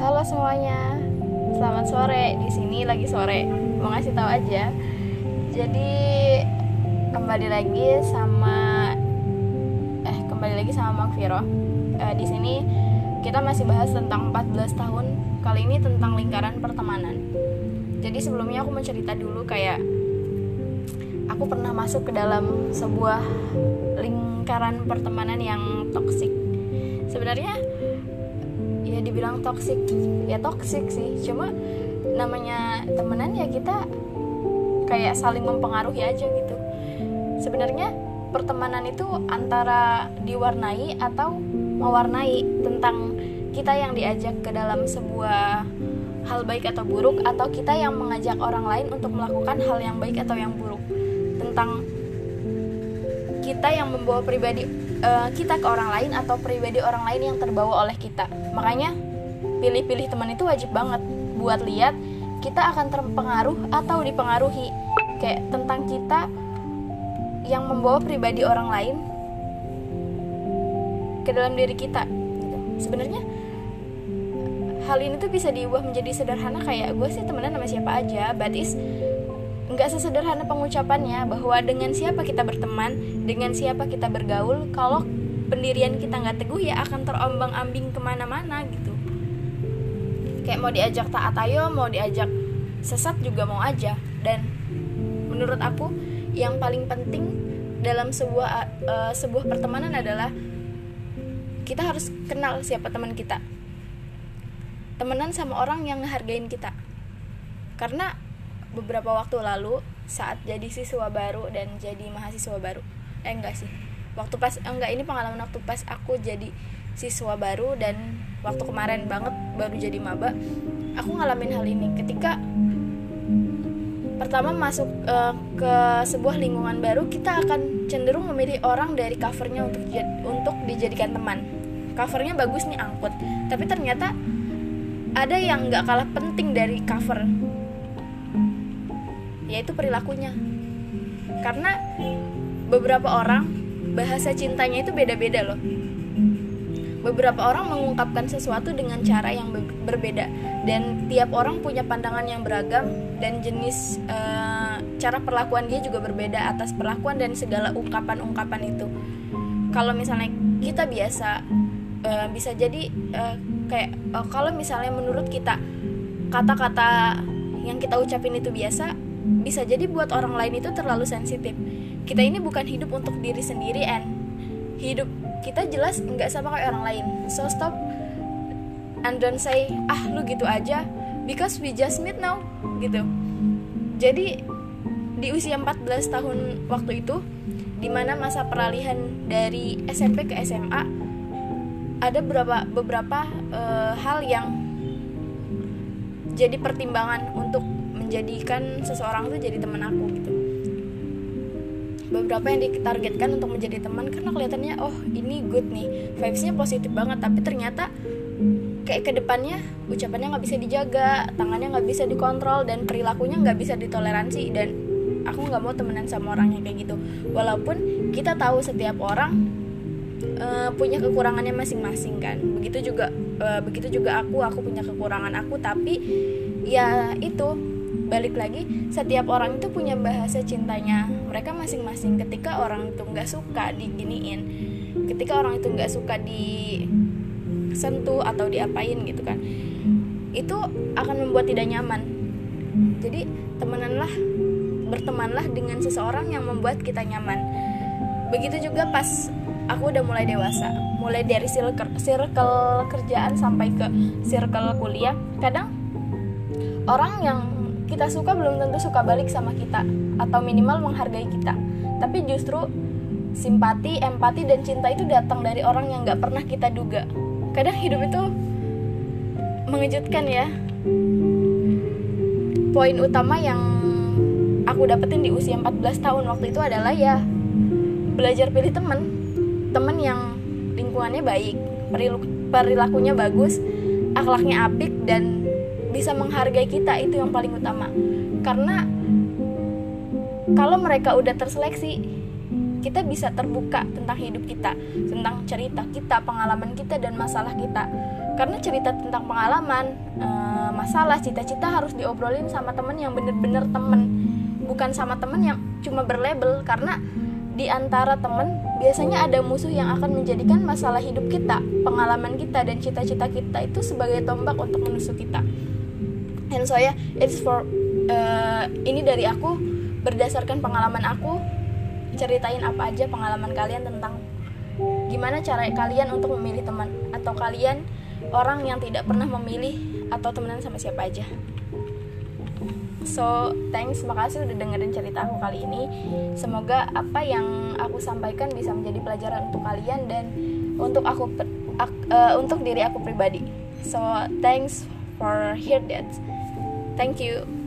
Halo semuanya, selamat sore. Di sini lagi sore. Mau ngasih tahu aja. Jadi kembali lagi sama Mang Viro. Di sini kita masih bahas tentang 14 tahun. Kali ini tentang lingkaran pertemanan. Jadi sebelumnya aku mau cerita dulu kayak aku pernah masuk ke dalam sebuah lingkaran pertemanan yang toksik. Sebenarnya ya dibilang toksik sih, cuma namanya temenan ya kita kayak saling mempengaruhi aja gitu. Sebenarnya pertemanan itu antara diwarnai atau mewarnai tentang kita yang diajak ke dalam sebuah hal baik atau buruk, atau kita yang mengajak orang lain untuk melakukan hal yang baik atau yang buruk, tentang kita yang membawa pribadi kita ke orang lain atau pribadi orang lain yang terbawa oleh kita. Makanya pilih-pilih teman itu wajib banget buat lihat kita akan terpengaruh atau dipengaruhi, kayak tentang kita yang membawa pribadi orang lain ke dalam diri kita gitu. Sebenarnya hal ini tuh bisa diubah menjadi sederhana, kayak gue sih temenan sama siapa aja, but is nggak sesederhana pengucapannya bahwa dengan siapa kita berteman, dengan siapa kita bergaul. Kalau pendirian kita nggak teguh ya akan terombang-ambing kemana-mana gitu. Kayak mau diajak taat ayo, mau diajak sesat juga mau aja. Dan menurut aku yang paling penting dalam sebuah pertemanan adalah kita harus kenal siapa teman kita. Temenan sama orang yang ngehargain kita. Karena beberapa waktu lalu saat jadi siswa baru dan jadi mahasiswa baru, ini pengalaman waktu pas aku jadi siswa baru dan waktu kemarin banget baru jadi maba, aku ngalamin hal ini. Ketika pertama masuk ke sebuah lingkungan baru, kita akan cenderung memilih orang dari covernya untuk dijadikan teman. Covernya bagus nih, angkut, tapi ternyata ada yang nggak kalah penting dari cover, yaitu perilakunya. Karena beberapa orang bahasa cintanya itu beda-beda loh. Beberapa orang mengungkapkan sesuatu dengan cara yang berbeda, dan tiap orang punya pandangan yang beragam, dan jenis cara perlakuan dia juga berbeda atas perlakuan dan segala ungkapan-ungkapan itu. Kalau misalnya kita bisa jadi kalau misalnya menurut kita kata-kata yang kita ucapin itu biasa, bisa jadi buat orang lain itu terlalu sensitif. Kita ini bukan hidup untuk diri sendiri, hidup kita jelas nggak sama kayak orang lain. So stop and don't say lu gitu aja because we just meet now gitu. Jadi di usia 14 tahun waktu itu, dimana masa peralihan dari SMP ke SMA, ada beberapa hal yang jadi pertimbangan untuk menjadikan seseorang itu jadi teman aku gitu. Beberapa yang ditargetkan untuk menjadi teman karena kelihatannya ini good nih, vibes-nya positif banget, tapi ternyata kayak kedepannya ucapannya nggak bisa dijaga, tangannya nggak bisa dikontrol, dan perilakunya nggak bisa ditoleransi. Dan aku nggak mau temenan sama orang yang kayak gitu. Walaupun kita tahu setiap orang punya kekurangannya masing-masing kan. Begitu juga aku punya kekurangan aku, tapi ya itu balik lagi, setiap orang itu punya bahasa cintanya mereka masing-masing. Ketika orang itu nggak suka diginiin, ketika orang itu nggak suka disentuh atau diapain gitu kan, itu akan membuat tidak nyaman. Jadi bertemanlah dengan seseorang yang membuat kita nyaman. Begitu juga pas aku udah mulai dewasa, mulai dari circle kerjaan sampai ke circle kuliah. Kadang orang yang kita suka belum tentu suka balik sama kita, atau minimal menghargai kita. Tapi justru simpati, empati, dan cinta itu datang dari orang yang gak pernah kita duga. Kadang hidup itu mengejutkan ya. Poin utama yang aku dapetin di usia 14 tahun waktu itu adalah ya belajar pilih teman yang lingkungannya baik, perilakunya bagus, akhlaknya apik, dan bisa menghargai kita. Itu yang paling utama. Karena kalau mereka udah terseleksi, kita bisa terbuka tentang hidup kita, tentang cerita kita, pengalaman kita, dan masalah kita. Karena cerita tentang pengalaman, masalah, cita-cita harus diobrolin sama temen yang bener-bener temen, bukan sama temen yang cuma berlabel. Karena di antara temen biasanya ada musuh yang akan menjadikan masalah hidup kita, pengalaman kita, dan cita-cita kita itu sebagai tombak untuk menusuk kita. And so ya, it's for ini dari aku berdasarkan pengalaman aku, ceritain apa aja pengalaman kalian tentang gimana cara kalian untuk memilih teman, atau kalian orang yang tidak pernah memilih atau temenan sama siapa aja. So, thanks, makasih udah dengerin cerita aku kali ini. Semoga apa yang aku sampaikan bisa menjadi pelajaran untuk kalian dan untuk untuk diri aku pribadi. So, thanks for hear that. Thank you.